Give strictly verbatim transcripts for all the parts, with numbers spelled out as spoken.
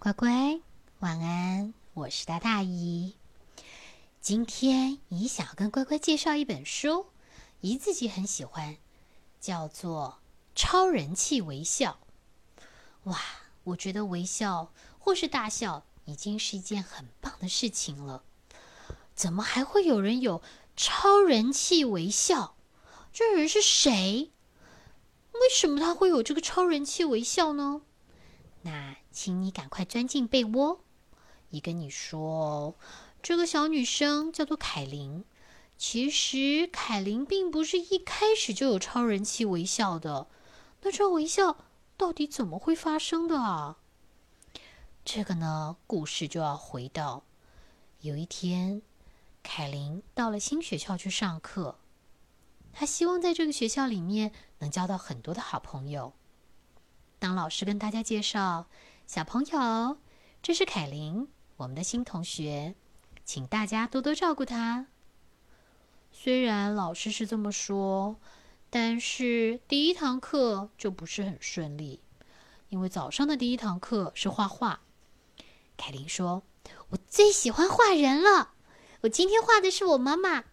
乖乖，晚安，我是大大姨。今天姨想要跟乖乖介绍一本书，姨自己很喜欢，叫做《超人气微笑》。哇，我觉得微笑或是大笑已经是一件很棒的事情了。怎么还会有人有超人气微笑？这人是谁？为什么他会有这个超人气微笑呢？那请你赶快钻进被窝。姨跟你说，这个小女生叫做凯琳。其实凯琳并不是一开始就有超人气微笑的。那这微笑到底怎么会发生的啊？这个呢，故事就要回到有一天，凯琳到了新学校去上课。她希望在这个学校里面能交到很多的好朋友。当老师跟大家介绍，小朋友，这是凯琳，我们的新同学，请大家多多照顾她。虽然老师是这么说，但是第一堂课就不是很顺利，因为早上的第一堂课是画画。凯琳说：“我最喜欢画人了，我今天画的是我妈妈。”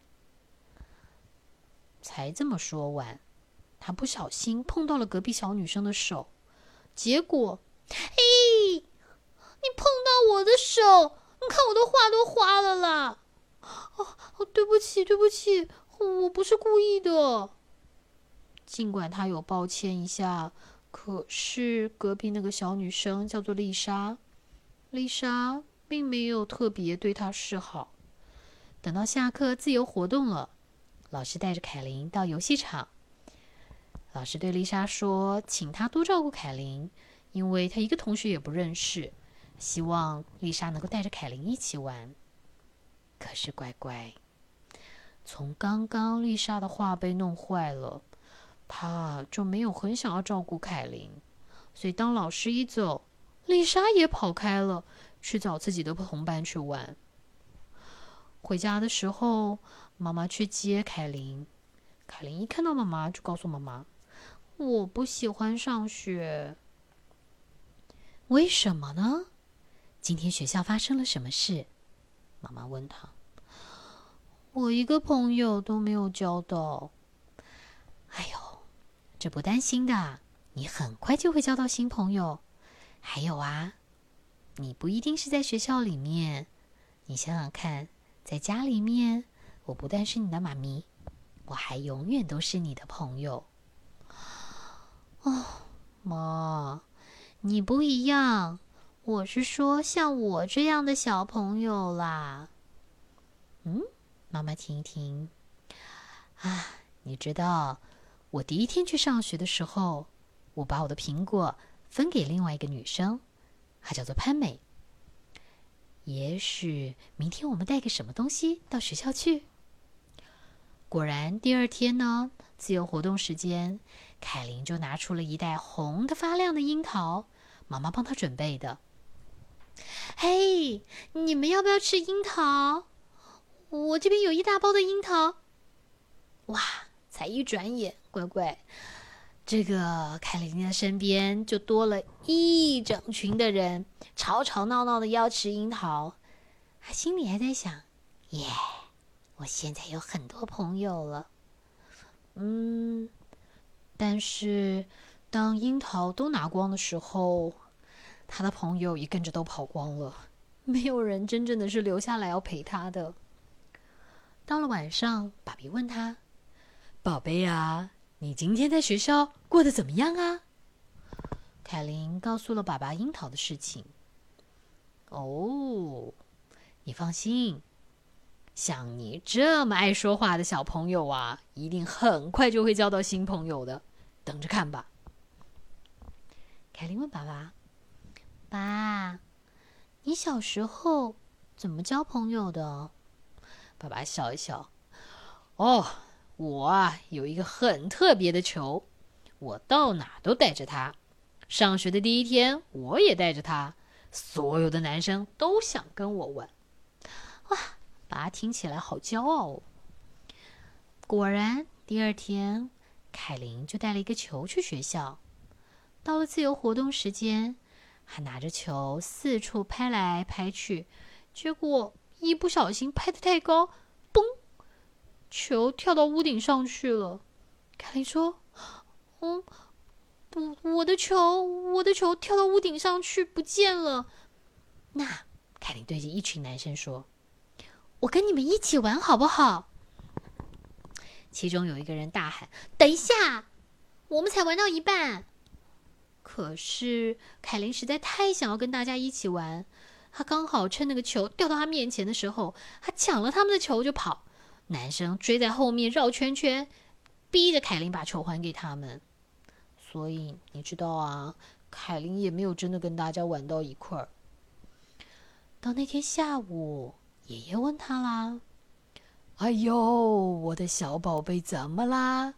才这么说完，她不小心碰到了隔壁小女生的手。结果，嘿，你碰到我的手，你看我的画都花了啦！哦哦，对不起，对不起，我不是故意的。尽管他有抱歉一下，可是隔壁那个小女生叫做丽莎，丽莎并没有特别对他示好。等到下课自由活动了，老师带着凯琳到游戏场。老师对丽莎说，请她多照顾凯琳，因为她一个同学也不认识，希望丽莎能够带着凯琳一起玩。可是乖乖，从刚刚丽莎的画被弄坏了，她就没有很想要照顾凯琳，所以当老师一走，丽莎也跑开了，去找自己的同伴去玩。回家的时候，妈妈去接凯琳，凯琳一看到妈妈就告诉妈妈，我不喜欢上学。为什么呢？今天学校发生了什么事？妈妈问他。我一个朋友都没有交到。哎呦，这不担心的，你很快就会交到新朋友。还有啊，你不一定是在学校里面，你想想看，在家里面，我不但是你的妈咪，我还永远都是你的朋友。哦，妈，你不一样，我是说像我这样的小朋友啦。嗯，妈妈听一听。啊，你知道，我第一天去上学的时候，我把我的苹果分给另外一个女生，她叫做潘美。也许明天我们带个什么东西到学校去。果然，第二天呢，自由活动时间，凯琳就拿出了一袋红的发亮的樱桃，妈妈帮她准备的。嘿，你们要不要吃樱桃？我这边有一大包的樱桃。哇，才一转眼，乖乖，这个凯琳的身边就多了一整群的人，吵吵闹闹的要吃樱桃。他心里还在想，耶，我现在有很多朋友了。嗯，但是当樱桃都拿光的时候，他的朋友也跟着都跑光了，没有人真正的是留下来要陪他的。到了晚上，爸比问他，宝贝啊，你今天在学校过得怎么样啊？凯琳告诉了爸爸樱桃的事情。哦，你放心，像你这么爱说话的小朋友啊，一定很快就会交到新朋友的，等着看吧。凯琳问爸爸，爸，你小时候怎么交朋友的？爸爸笑一笑，哦，我啊有一个很特别的球，我到哪都带着它。上学的第一天，我也带着它，所有的男生都想跟我玩。哇，爸听起来好骄傲哦。果然，第二天，凯琳就带了一个球去学校。到了自由活动时间， 他拿着球四处拍来拍去，结果一不小心拍得太高，嘣，球跳到屋顶上去了。凯琳说：“嗯，不，我的球，我的球跳到屋顶上去不见了。”那凯琳对着一群男生说：“我跟你们一起玩好不好？”其中有一个人大喊：“等一下，我们才玩到一半。”可是凯琳实在太想要跟大家一起玩，他刚好趁那个球掉到他面前的时候，他抢了他们的球就跑。男生追在后面绕圈圈，逼着凯琳把球还给他们。所以你知道啊，凯琳也没有真的跟大家玩到一块儿。到那天下午，爷爷问他啦：“哎呦，我的小宝贝怎么啦？”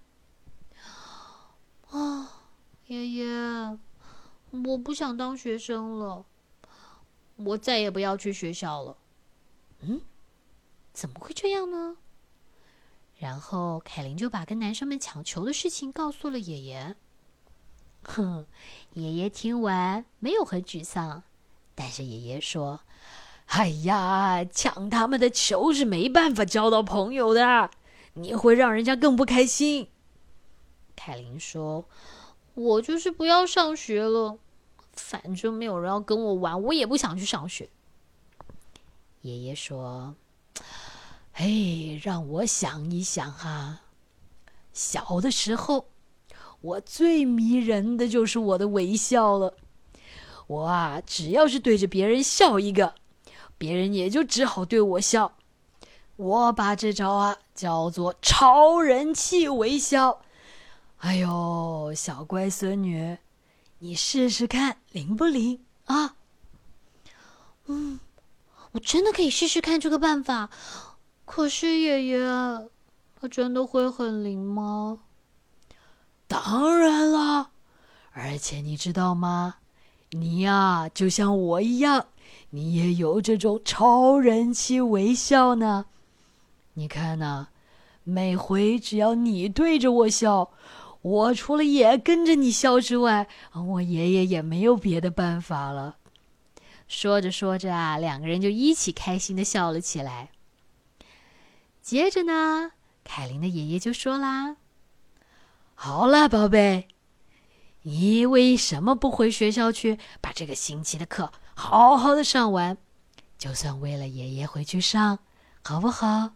啊，爷爷，我不想当学生了，我再也不要去学校了。嗯，怎么会这样呢？然后凯琳就把跟男生们抢球的事情告诉了爷爷。哼，爷爷听完没有很沮丧，但是爷爷说：“哎呀，抢他们的球是没办法交到朋友的，你会让人家更不开心。”凯琳说：“我就是不要上学了，反正没有人要跟我玩，我也不想去上学。”爷爷说：“哎，让我想一想啊，小的时候，我最迷人的就是我的微笑了。我啊，只要是对着别人笑一个，别人也就只好对我笑。我把这招啊叫做超人气微笑。哎呦，小乖孙女，你试试看灵不灵啊？”嗯，我真的可以试试看这个办法。可是爷爷，它真的会很灵吗？当然啦，而且你知道吗？你呀，就像我一样，你也有这种超人气微笑呢。你看呐，每回只要你对着我笑，我除了也跟着你笑之外，我爷爷也没有别的办法了。说着说着啊，两个人就一起开心地笑了起来。接着呢，凯琳的爷爷就说啦：“好了，宝贝，你为什么不回学校去把这个星期的课好好的上完？就算为了爷爷回去上，好不好？”“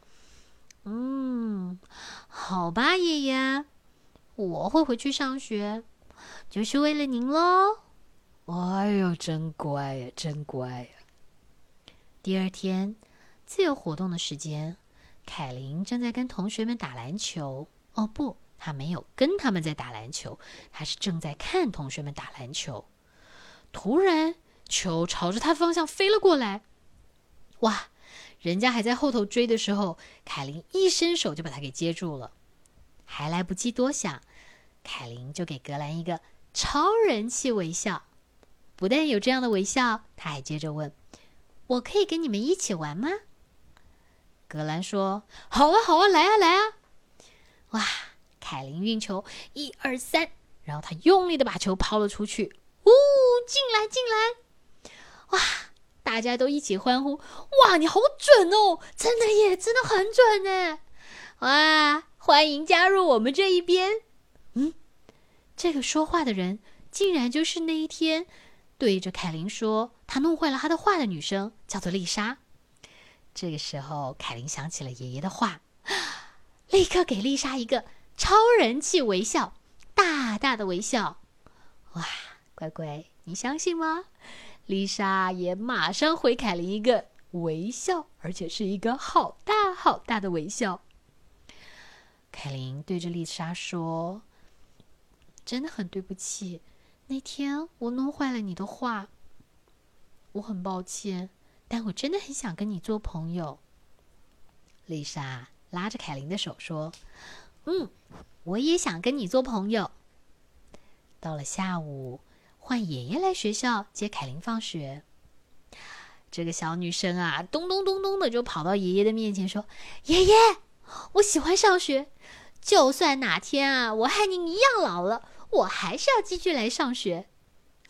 嗯，好吧，爷爷，我会回去上学，就是为了您咯。”“哎呦，真乖呀，真乖呀！”第二天，自由活动的时间，凯琳正在跟同学们打篮球。哦不，她没有跟他们在打篮球，她是正在看同学们打篮球。突然，球朝着她方向飞了过来。哇！人家还在后头追的时候，凯琳一伸手就把他给接住了。还来不及多想，凯琳就给格兰一个超人气微笑。不但有这样的微笑，他还接着问：“我可以跟你们一起玩吗？”格兰说：“好啊，好啊，来啊，来啊！”哇！凯琳运球，一二三，然后他用力的把球抛了出去。呜，进来，进来！哇！大家都一起欢呼：“哇，你好准哦！真的耶，真的很准呢！哇，欢迎加入我们这一边。”嗯，这个说话的人竟然就是那一天对着凯琳说她弄坏了她的画的女生，叫做丽莎。这个时候，凯琳想起了爷爷的话，立刻给丽莎一个超人气微笑，大大的微笑。哇，乖乖，你相信吗？丽莎也马上回凯琳一个微笑，而且是一个好大好大的微笑。凯琳对着丽莎说：“真的很对不起，那天我弄坏了你的画，我很抱歉，但我真的很想跟你做朋友。”丽莎拉着凯琳的手说：“嗯，我也想跟你做朋友。”到了下午，换爷爷来学校接凯琳放学。这个小女生啊，咚咚咚咚的就跑到爷爷的面前说：“爷爷，我喜欢上学，就算哪天啊我和您一样老了，我还是要继续来上学。”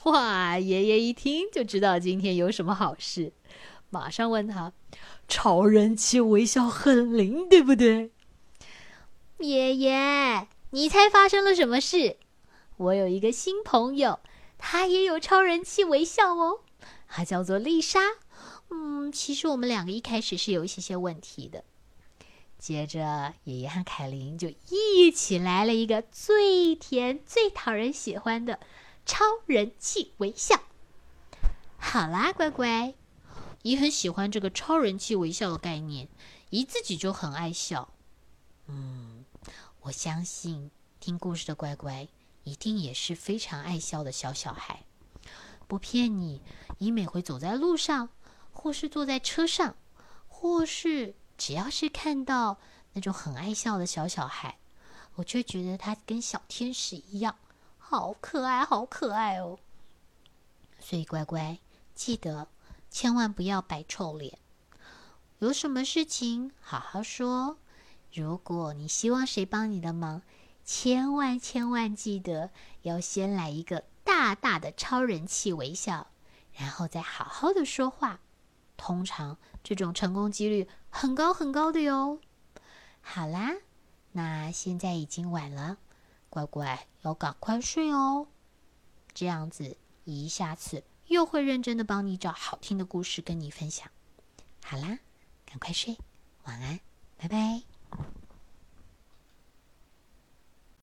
哇，爷爷一听就知道今天有什么好事，马上问他：超人气微笑很灵，对不对？爷爷，你猜发生了什么事？我有一个新朋友，她也有超人气微笑哦，她叫做丽莎。嗯，其实我们两个一开始是有一些些问题的。接着爷爷和凯琳就一起来了一个最甜最讨人喜欢的超人气微笑。好啦，乖乖，姨很喜欢这个超人气微笑的概念，姨自己就很爱笑。嗯，我相信听故事的乖乖一定也是非常爱笑的小小孩。不骗你，姨每回走在路上，或是坐在车上，或是只要是看到那种很爱笑的小小孩，我就觉得他跟小天使一样，好可爱好可爱哦。所以乖乖记得千万不要摆臭脸，有什么事情好好说。如果你希望谁帮你的忙，千万千万记得要先来一个大大的超人气微笑，然后再好好的说话，通常这种成功几率很高很高的哟。好啦，那现在已经晚了，乖乖要赶快睡哦，这样子姨下次又会认真的帮你找好听的故事跟你分享。好啦，赶快睡，晚安，拜拜。